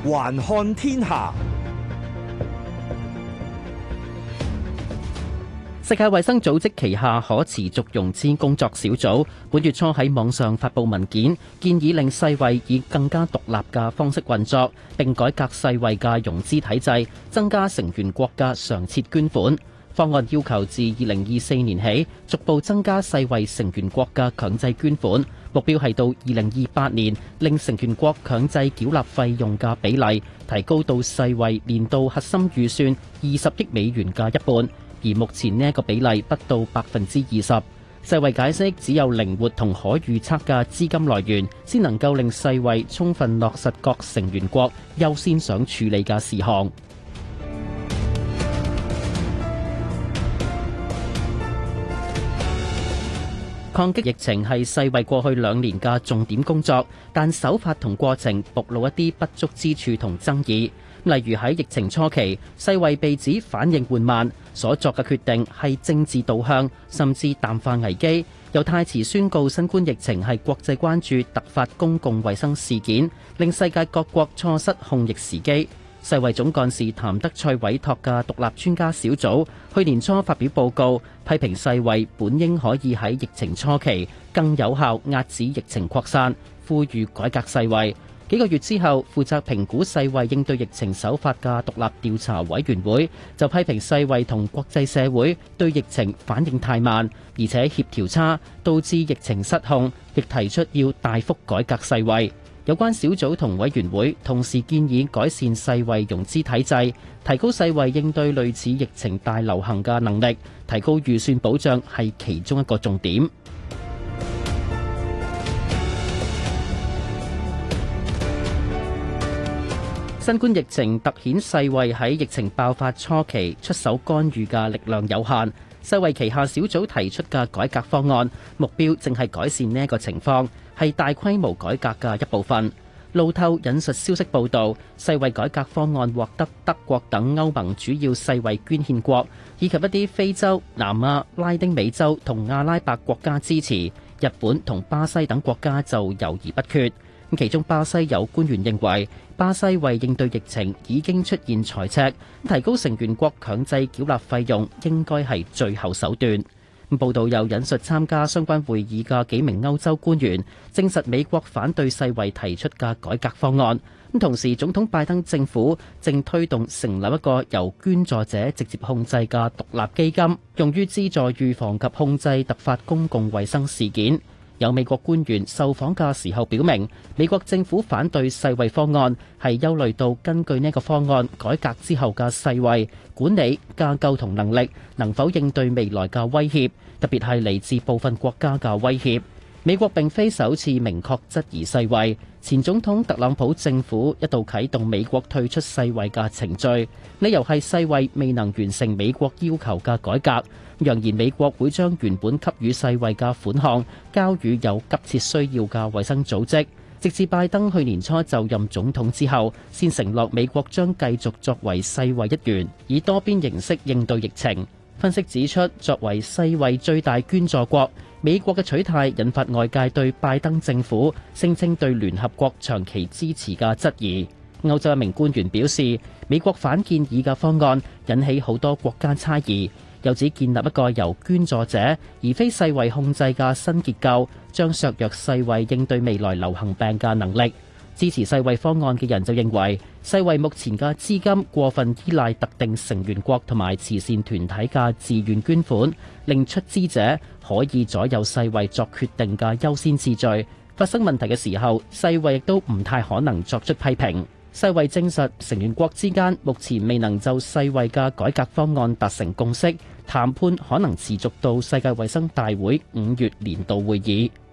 環看天下。 世界衛生組織旗下可持續融資工作小組本月初喺網上發佈文件，建議令世衛以更加獨立嘅方式運作，並改革世衛嘅融資體制，增加成員國嘅常設捐款。方案要求自2024年起，逐步增加世衛成員國嘅強制捐款，目標係到2028年，令成員國強制繳納費用嘅比例提高到世衛年度核心預算20億美元嘅一半。而目前呢一個比例不到20%。世衛解釋，只有靈活同可預測嘅資金來源，先能夠令世衛充分落實各成員國優先想處理嘅事項。抗擊疫情係世衛過去2年嘅重點工作，但手法同過程暴露一啲不足之處同爭議。例如喺疫情初期，世衛被指反應緩慢，所作嘅決定係政治導向，甚至淡化危機，又太遲宣告新冠疫情係國際關注突發公共衛生事件，令世界各國錯失控疫時機。世衛總幹事譚德塞委託嘅獨立專家小組去年初發表報告，批評世衛本應可以喺疫情初期更有效遏止疫情擴散，呼籲改革世衛。幾個月之後，負責評估世衛應對疫情手法嘅獨立調查委員會就批評世衛同國際社會對疫情反應太慢，而且協調差，導致疫情失控，亦提出要大幅改革世衛。有關小組同委員會同時建議改善世衛融資體制，提高世衛應對類似疫情大流行嘅能力，提高預算保障係其中一個重點。新冠疫情突顯世衛喺疫情爆發初期出手干預嘅力量有限，世衛旗下小組提出嘅改革方案，目標正係改善呢一個情況，係大規模改革嘅一部分。路透引述消息報導，世衛改革方案獲得德國等歐盟主要世衛捐獻國，以及一啲非洲、南亞、拉丁美洲同阿拉伯國家支持，日本同巴西等國家就猶豫不決。其中巴西有官員認為，巴西為應對疫情已經出現財赤，提高成員國強制繳納費用應該係最後手段。報道又引述參加相關會議嘅幾名歐洲官員，證實美國反對世衛提出嘅改革方案。同時，總統拜登政府正推動成立一個由捐助者直接控制嘅獨立基金，用於資助預防及控制突發公共衛生事件。有美國官員受訪嘅時候表明，美國政府反對世衛方案係憂慮到根據呢個方案改革之後嘅世衛管理架構同能力能否應對未來嘅威脅，特別係嚟自部分國家嘅威脅。美國並非首次明確質疑世衛，前總統特朗普政府一度啟動美國退出世衛嘅程序，理由係世衛未能完成美國要求嘅改革，揚言美國會將原本給予世衛嘅款項交予有急切需要嘅衛生組織。直至拜登去年初就任總統之後，先承諾美國將繼續作為世衛一員，以多邊形式應對疫情。分析指出，作為世衛最大捐助國，美國嘅取態引發外界對拜登政府聲稱對聯合國長期支持嘅質疑。歐洲一名官員表示，美國反建議嘅方案引起好多國家猜疑，又指建立一個由捐助者而非世衛控制嘅新結構，將削弱世衛應對未來流行病嘅能力。支持世衛方案嘅人就認為，世衛目前嘅資金過分依賴特定成員國同埋慈善團體嘅自願捐款，令出資者可以左右世衛作決定嘅優先次序。發生問題嘅時候，世衛亦都唔太可能作出批評。世衛證實，成員國之間目前未能就世衛嘅改革方案達成共識，談判可能持續到世界衛生大會5月年度會議。